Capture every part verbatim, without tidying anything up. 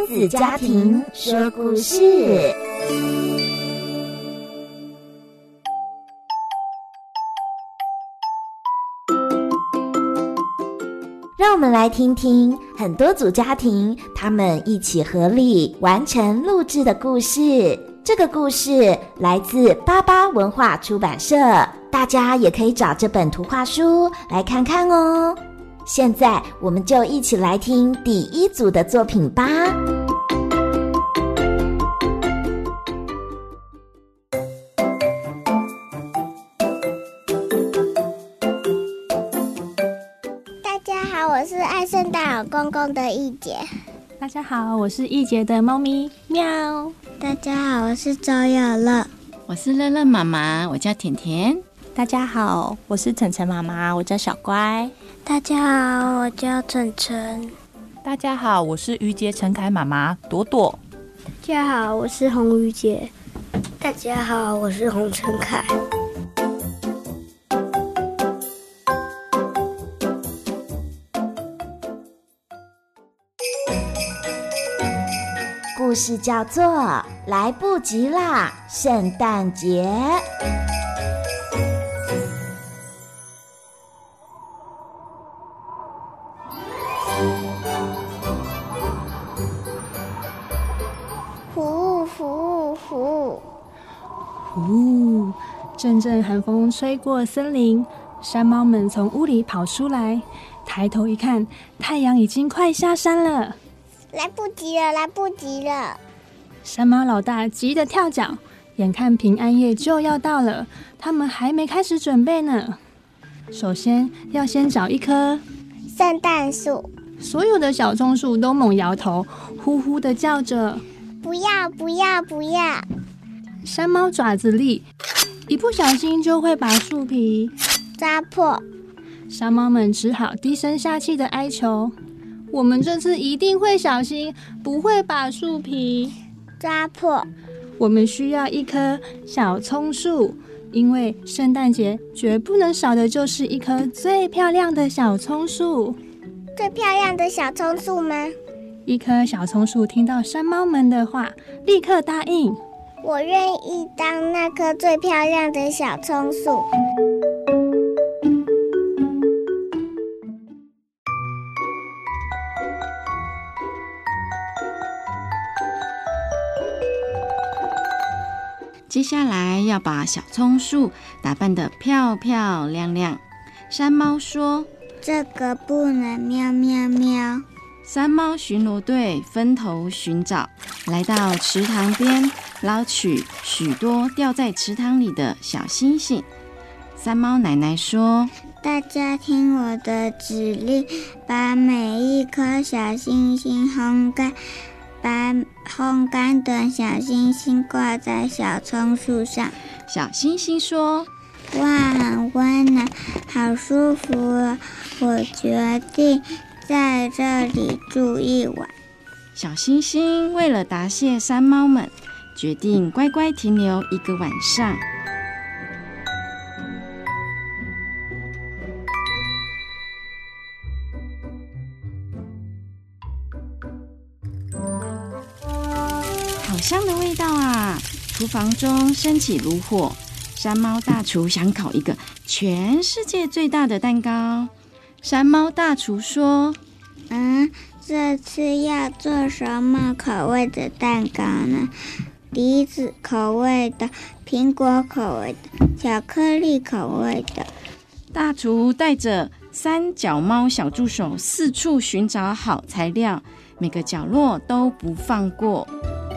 亲子家庭说故事。让我们来听听很多组家庭他们一起合力完成录制的故事。这个故事来自巴巴文化出版社，大家也可以找这本图画书来看看哦。现在我们就一起来听第一组的作品吧。 大家好，我是爱圣诞老公公的易杰。 大家好，我是易杰的猫咪喵。 大家好，我是周有乐。 我是乐乐妈妈，我叫甜甜。 大家好，我是晨晨妈妈，我叫小乖。 大家好，我叫晨晨。 大家好，我是于杰陈凯妈妈朵朵。 大家好，我是洪于杰。大家好，我是洪陈凯。 故事叫做《来不及啦，圣诞节》。 呼呼呼呼！阵阵寒风吹过森林，山猫们从屋里跑出来，抬头一看，太阳已经快下山了。 来不及了，来不及了！ 山猫老大急得跳脚，眼看平安夜就要到了，他们还没开始准备呢。首先要先找一棵圣诞树。 所有的小松树都猛摇头，呼呼地叫着不要不要不要。 山猫爪子利，一不小心就会把树皮抓破。 山猫们只好低声下气地哀求，我们这次一定会小心，不会把树皮抓破。 我们需要一棵小葱树，因为圣诞节绝不能少的就是一棵最漂亮的小葱树。 最漂亮的小葱树吗？ 一棵小葱树听到山猫们的话，立刻答应， 我愿意当那棵最漂亮的小葱树。 接下来要把小葱树打扮得漂漂亮亮。山猫说， 这个不能喵喵喵。 山猫巡逻队分头寻找，来到池塘边，捞取许多掉在池塘里的小星星。山猫奶奶说， 大家听我的指令，把每一颗小星星烘干，把烘干的小星星挂在小葱树上。 小星星说， 哇，很温暖，好舒服哦！我决定在这里住一晚。 小星星为了答谢山猫们，决定乖乖停留一个晚上。好香的味道啊！厨房中升起炉火，山猫大厨想烤一个全世界最大的蛋糕。山猫大厨说， 嗯，这次要做什么口味的蛋糕呢？梨子口味的，苹果口味的，巧克力口味的。 大厨带着三脚猫小助手四处寻找好材料，每个角落都不放过。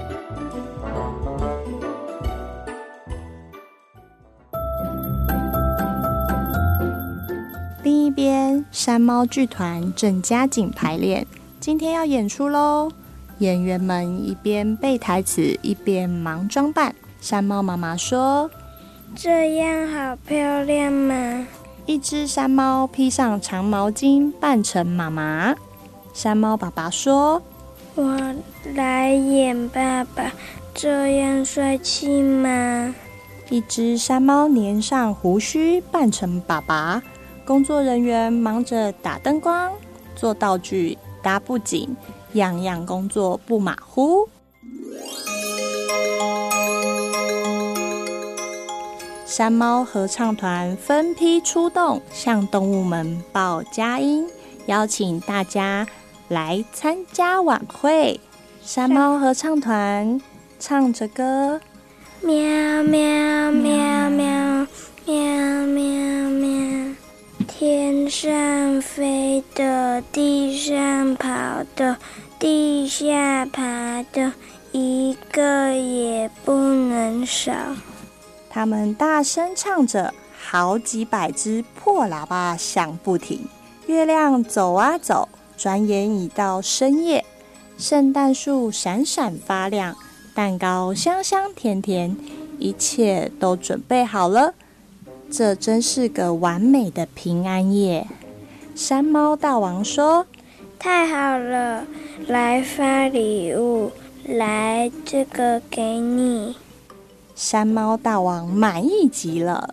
另一边，山猫剧团正加紧排练，今天要演出咯。演员们一边背台词，一边忙装扮。山猫妈妈说， 这样好漂亮吗？ 一只山猫披上长毛巾，扮成妈妈。山猫爸爸说， 我来演爸爸，这样帅气吗？ 一只山猫粘上胡须，扮成爸爸。工作人员忙着打灯光、做道具、搭布景， 样样工作不马虎。山猫合唱团分批出动，向动物们报佳音，邀请大家来参加晚会。山猫合唱团唱着歌， 喵喵喵喵喵喵喵，天上飞的，地上跑的，地下爬的，一个也不能少。 他们大声唱着，好几百只破喇叭响不停。月亮走啊走，转眼已到深夜。圣诞树闪闪发亮，蛋糕香香甜甜，一切都准备好了。这真是个完美的平安夜。山猫大王说： 太好了，来发礼物，来，这个给你。 山猫大王满意极了。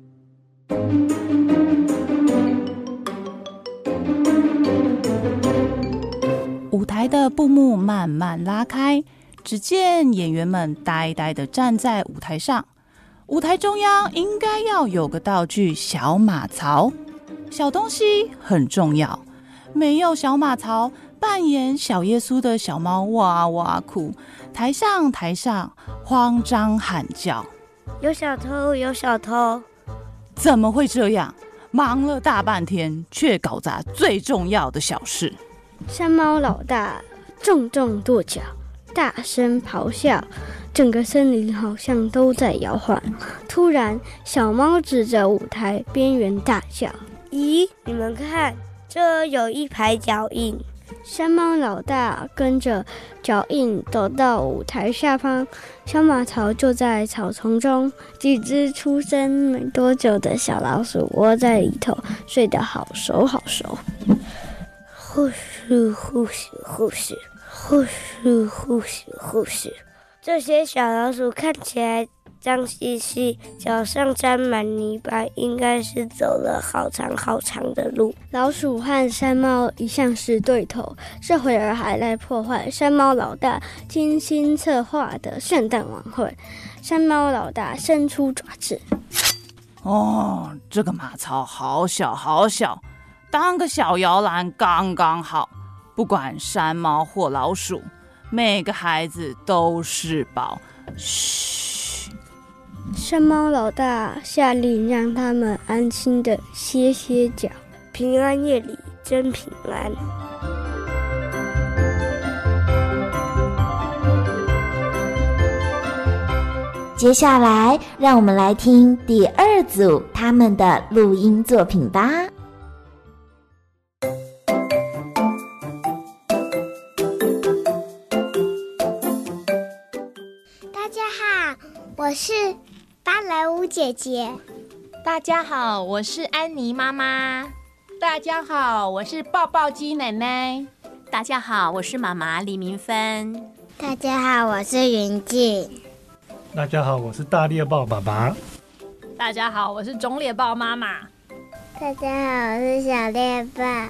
舞台的布幕慢慢拉开，只见演员们呆呆地站在舞台上。舞台中央应该要有个道具小马槽，小东西很重要，没有小马槽，扮演小耶稣的小猫哇哇哭，台上台上慌张喊叫， 有小偷，有小偷！ 怎么会这样？忙了大半天，却搞砸最重要的小事。 山猫老大重重跺脚，大声咆哮，整个森林好像都在摇晃。突然，小猫指着舞台边缘大叫：咦，你们看，这有一排脚印！山猫老大跟着脚印走到舞台下方，小马槽就在草丛中，几只出生没多久的小老鼠窝在里头，睡得好熟好熟。呼咻呼咻呼咻呼咻呼咻呼咻，这些小老鼠看起来脏兮兮，脚上沾满泥巴，应该是走了好长好长的路。老鼠和山猫一向是对头，这会儿还来破坏山猫老大精心策划的圣诞晚会。山猫老大伸出爪子， 哦，这个马槽好小好小，当个小摇篮刚刚好，不管山猫或老鼠，每个孩子都是宝。嘘！ 山猫老大下令让他们安心的歇歇脚，平安夜里真平安。 接下来，让我们来听第二组他们的录音作品吧。 大家好，我是芭蕾舞姐姐。 大家好，我是安妮妈妈。 大家好，我是抱抱鸡奶奶。 大家好，我是妈妈李明芬。 大家好，我是云静。 大家好，我是大猎豹爸爸。 大家好，我是中猎豹妈妈。 大家好，我是小猎豹。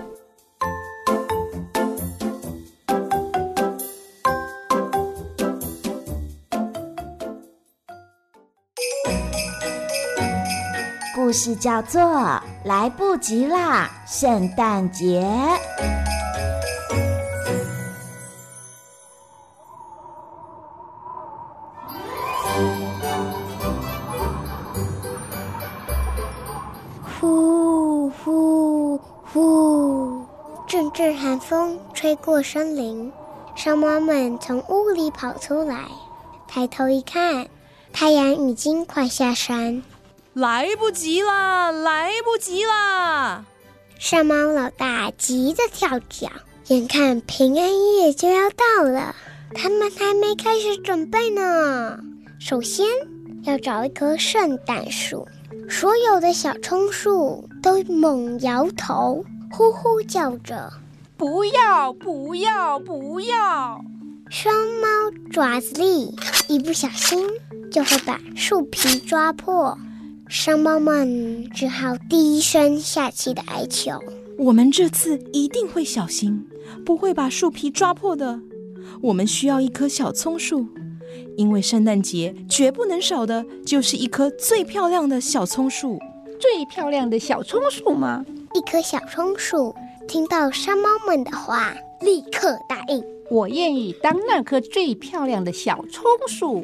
故事叫做《来不及啦，圣诞节》。 呼呼呼！阵阵寒风吹过森林，山猫们从屋里跑出来，抬头一看，太阳已经快下山。 来不及啦！来不及啦！ 山猫老大急得跳脚，眼看平安夜就要到了，他们还没开始准备呢。首先要找一棵圣诞树，所有的小松树都猛摇头，呼呼叫着不要不要不要。 双猫爪子里一不小心就会把树皮抓破，山猫们只好低声下气的哀求： 我们这次一定会小心， 不会把树皮抓破的。我们需要一棵小葱树，因为圣诞节绝不能少的就是一棵最漂亮的小葱树。 最漂亮的小葱树吗？ 一棵小葱树听到山猫们的话，立刻答应。 我愿意当那棵最漂亮的小葱树。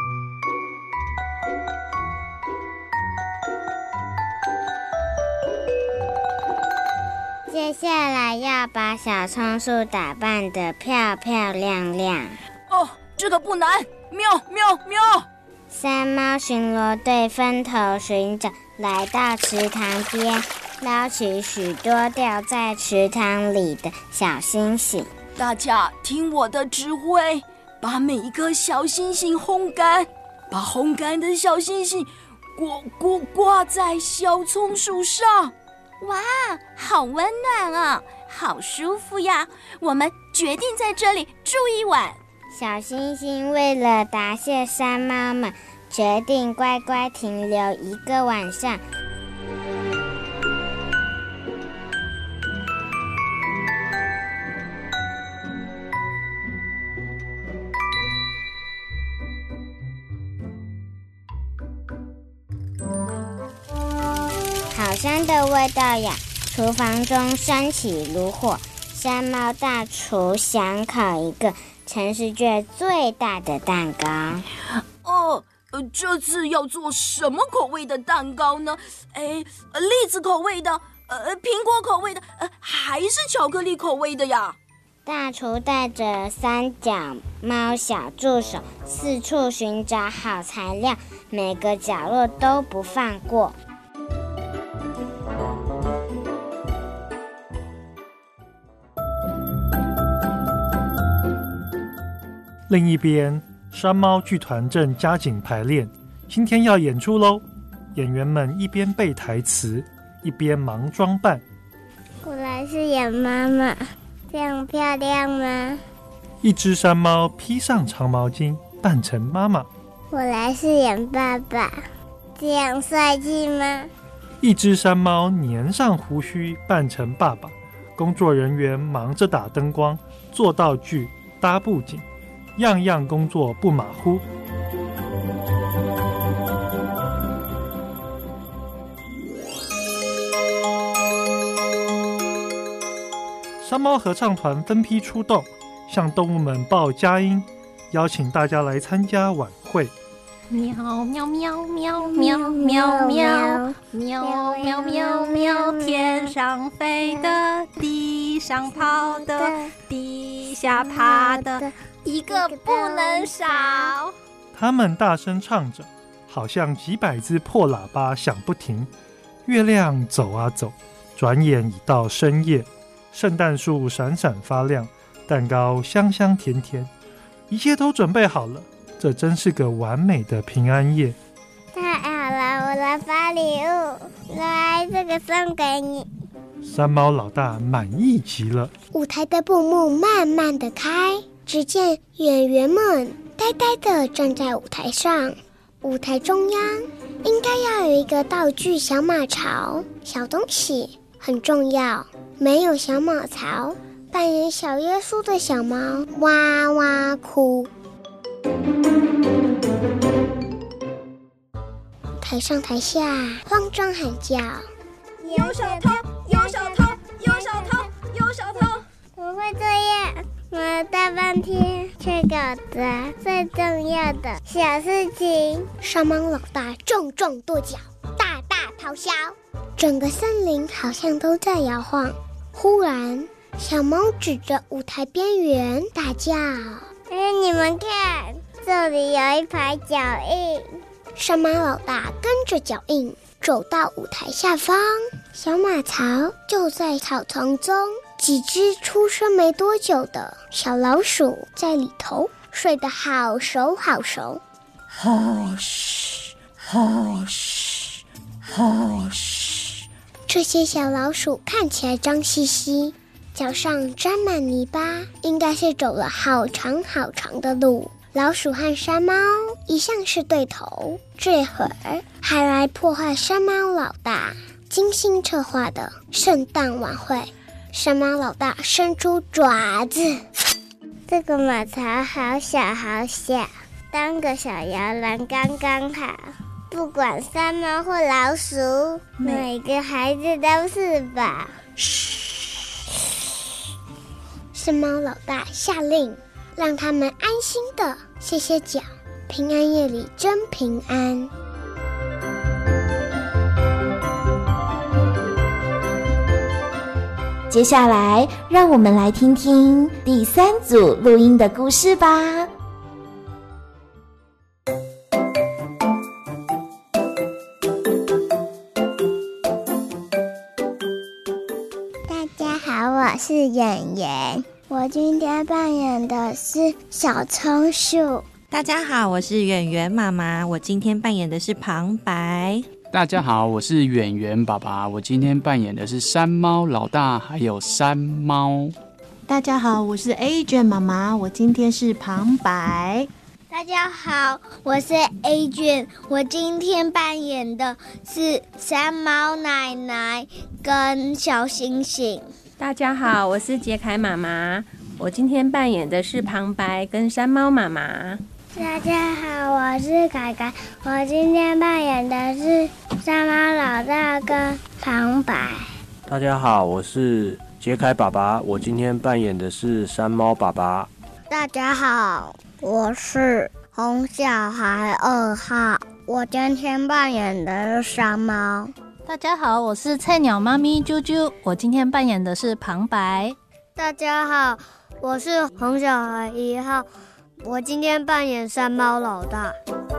接下来要把小葱树打扮得漂漂亮亮。 哦，这个不难，喵喵喵！ 山猫巡逻队分头寻找，来到池塘边，捞起许多掉在池塘里的小星星。 大家听我的指挥，把每一颗小星星烘干，把烘干的小星星挂挂挂在小葱树上。 哇，好温暖啊，好舒服呀！我们决定在这里住一晚。 小星星为了答谢山猫们，决定乖乖停留一个晚上。好香的味道呀！厨房中升起炉火，山猫大厨想烤一个全世界最大的蛋糕。 哦，呃，这次要做什么口味的蛋糕呢？哎，栗子口味的，呃，苹果口味的，呃，还是巧克力口味的呀？ 大厨带着三脚猫小助手四处寻找好材料，每个角落都不放过。 另一边，山猫剧团正加紧排练，今天要演出喽！演员们一边背台词，一边忙装扮。 我来饰演妈妈，这样漂亮吗？ 一只山猫披上长毛巾，扮成妈妈。 我来饰演爸爸，这样帅气吗？ 一只山猫粘上胡须，扮成爸爸。工作人员忙着打灯光、做道具、搭布景。样样工作不马虎。山猫合唱团分批出动，向动物们报佳音，邀请大家来参加晚会。 喵喵喵喵喵喵喵喵喵喵喵，天上飞的，地上跑的，地下爬的，一个不能少。 他们大声唱着，好像几百只破喇叭响不停。月亮走啊走，转眼已到深夜。圣诞树闪闪发亮，蛋糕香香甜甜，一切都准备好了。这真是个完美的平安夜。 太好了，我来发礼物，来，这个送给你。 山猫老大满意极了。 舞台的布幕慢慢的开，只见演员们呆呆的站在舞台上。舞台中央应该要有一个道具小马槽，小东西很重要。没有小马槽，扮演小耶稣的小猫哇哇哭。台上台下慌张喊叫， 有小偷，有小偷，有小偷，有小偷！ 怎么会这样？我了大半天，却搞砸最重要的小事情。 山猫老大重重跺脚，大大咆哮，整个森林好像都在摇晃。忽然，小猫指着舞台边缘大叫：“ 哎，你们看，这里有一排脚印。” 山猫老大跟着脚印走到舞台下方，小马槽就在草丛中，几只出生没多久的小老鼠在里头睡得好熟好熟。 吼嘘，吼嘘，吼嘘。 这些小老鼠看起来脏兮兮，脚上沾满泥巴，应该是走了好长好长的路。老鼠和山猫一向是对头，这会儿还来破坏山猫老大精心策划的圣诞晚会。 山猫老大伸出爪子， 这个马槽好小好小，当个小摇篮刚刚好。不管山猫或老鼠，每个孩子都是宝。 山猫老大下令，让他们安心的歇歇脚，平安夜里真平安。 接下来，让我们来听听第三组录音的故事吧。 大家好，我是演员，我今天扮演的是小松鼠。 大家好，我是圆圆妈妈，我今天扮演的是旁白。 大家好，我是圆圆爸爸，我今天扮演的是山猫老大还有山猫。 大家好，我是 Adrian 妈妈，我今天是旁白。 大家好，我是 Adrian， 我今天扮演的是山猫奶奶跟小星星。 大家好，我是杰凯妈妈，我今天扮演的是旁白跟山猫妈妈。 大家好，我是凯凯，我今天扮演的是山猫老大跟旁白。 大家好，我是杰凯爸爸，我今天扮演的是山猫爸爸。 大家好，我是红小孩二号，我今天扮演的是山猫。 大家好，我是菜鸟妈咪啾啾，我今天扮演的是旁白。 大家好，我是红小孩一号，我今天扮演山猫老大。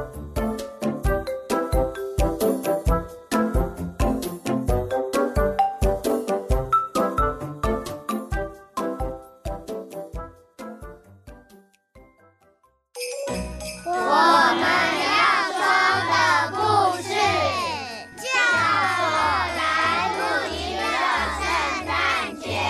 我们要说的故事，叫做来不及的圣诞节。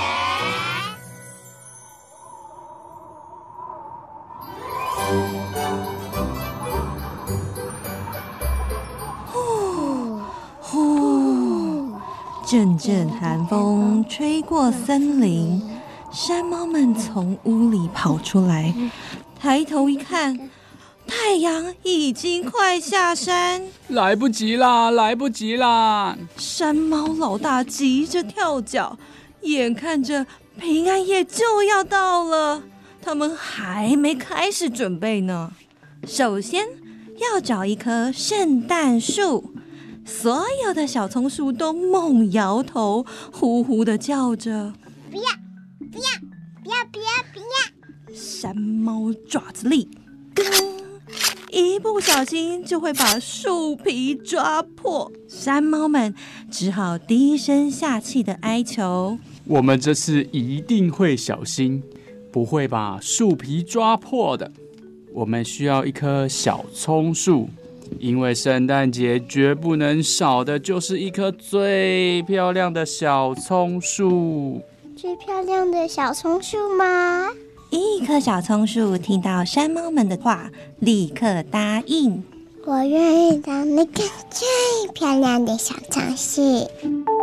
呼呼，阵阵寒风吹过森林，山猫们从屋里跑出来，抬头一看，太阳已经快下山， 来不及啦，来不及啦！ 山猫老大急着跳脚，眼看着平安夜就要到了，他们还没开始准备呢。首先要找一棵圣诞树，所有的小松鼠都猛摇头，呼呼地叫着不要不要不要不要不要。 山猫爪子利，一不小心就会把树皮抓破，山猫们只好低声下气的哀求： 我们这次一定会小心，不会把树皮抓破的。我们需要一棵小葱树，因为圣诞节绝不能少的就是一棵最漂亮的小葱树。 最漂亮的小葱树吗？ 一棵小葱树听到山猫们的话，立刻答应： 我愿意当那个最漂亮的小葱树。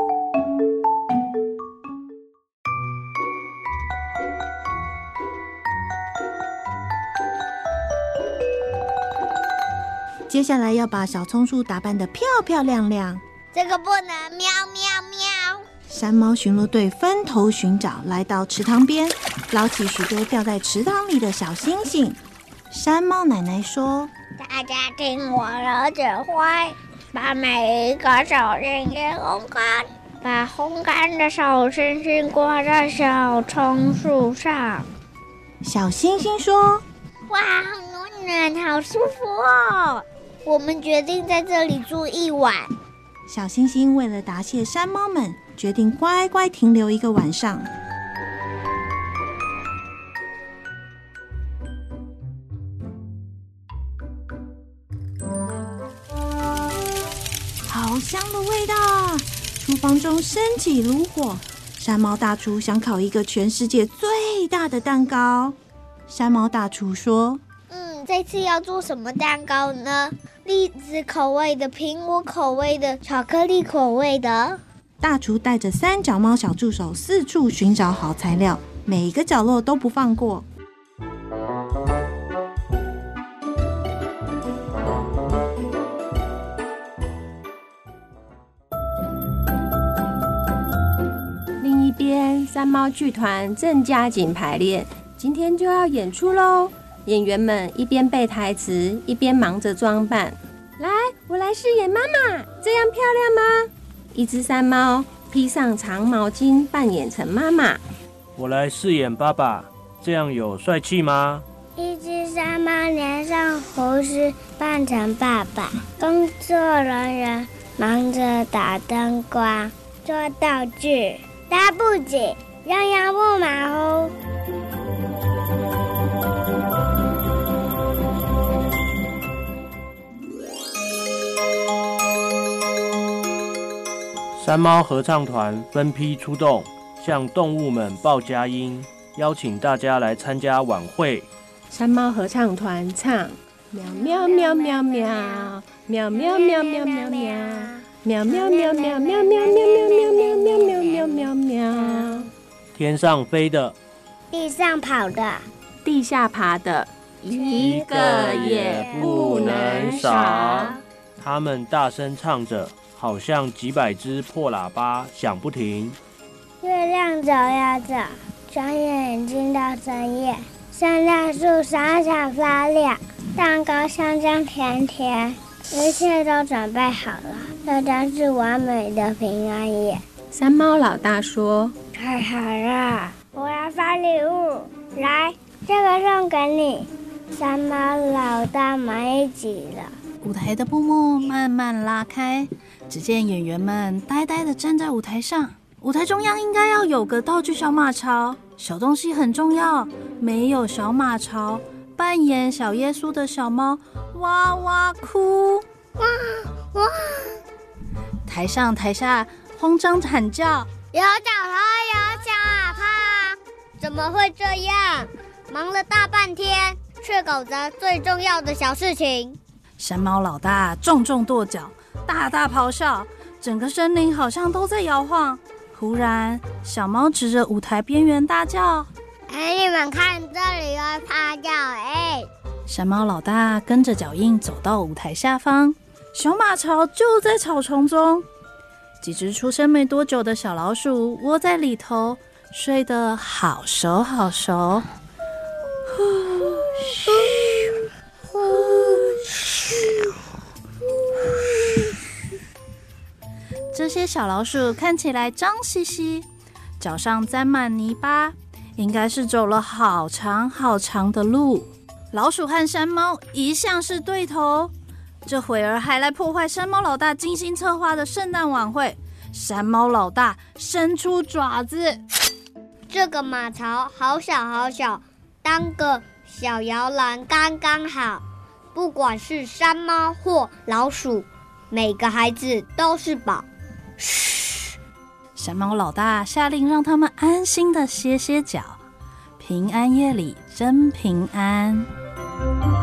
接下来要把小葱树打扮得漂漂亮亮。 这个不能，喵喵喵！ 山猫巡逻队分头寻找，来到池塘边，捞起许多掉在池塘里的小星星。山猫奶奶说： 大家听我的指挥，把每一个小星星烘干，把烘干的小星星挂在小葱树上。 小星星说： 哇，好暖暖，好舒服哦！我们决定在这里住一晚。 小星星为了答谢山猫们，决定乖乖停留一个晚上。好香的味道啊！厨房中升起炉火，山猫大厨想烤一个全世界最大的蛋糕。山猫大厨说： 嗯，这次要做什么蛋糕呢？栗子口味的、苹果口味的、巧克力口味的。 大厨带着三脚猫小助手四处寻找好材料，每一个角落都不放过。 另一边，山猫剧团正加紧排练，今天就要演出喽。演员们一边背台词，一边忙着装扮。来，我来饰演妈妈，这样漂亮吗？一只山猫披上长毛巾，扮演成妈妈。 我来饰演爸爸，这样有帅气吗？ 一只山猫粘上胡须，扮成爸爸。工作人员忙着打灯光、做道具、搭布景，样样不马虎。 山猫合唱团分批出动，向动物们报佳音，邀请大家来参加晚会。 山猫合唱团唱：喵喵喵喵喵，喵喵喵喵喵喵，喵喵喵喵喵喵喵喵喵喵喵喵喵喵喵。 天上飞的， 地上跑的， 地下爬的， 一个也不能少。他们大声唱着，好像几百只破喇叭响不停。 月亮走呀走，转眼已经到深夜。圣诞树闪闪发亮，蛋糕香香甜甜，一切都准备好了，这将是完美的平安夜。 山猫老大说： 太好了，我要发礼物，来，这个送给你。山猫老大满意极了。 舞台的布幕慢慢拉开，只见演员们呆呆地站在舞台上。舞台中央应该要有个道具小马槽，小东西很重要，没有小马槽，扮演小耶稣的小猫哇哇哭， 哇哇！ 台上台下慌张喊叫： 有脚头，有脚怕！怎么会这样？忙了大半天，却搞砸最重要的小事情。 山猫老大重重跺脚，大大咆哮，整个森林好像都在摇晃。忽然，小猫指着舞台边缘大叫： 哎，你们看，这里有趴叫哎！ 山猫老大跟着脚印走到舞台下方，小马槽就在草丛中。几只出生没多久的小老鼠窝在里头，睡得好熟好熟。这些小老鼠看起来脏兮兮，脚上沾满泥巴，应该是走了好长好长的路。老鼠和山猫一向是对头，这会儿还来破坏山猫老大精心策划的圣诞晚会。山猫老大伸出爪子， 这个马槽好小好小，当个小摇篮刚刚好。不管是山猫或老鼠，每个孩子都是宝。 嘘！山猫老大下令让他们安心的歇歇脚，平安夜里真平安。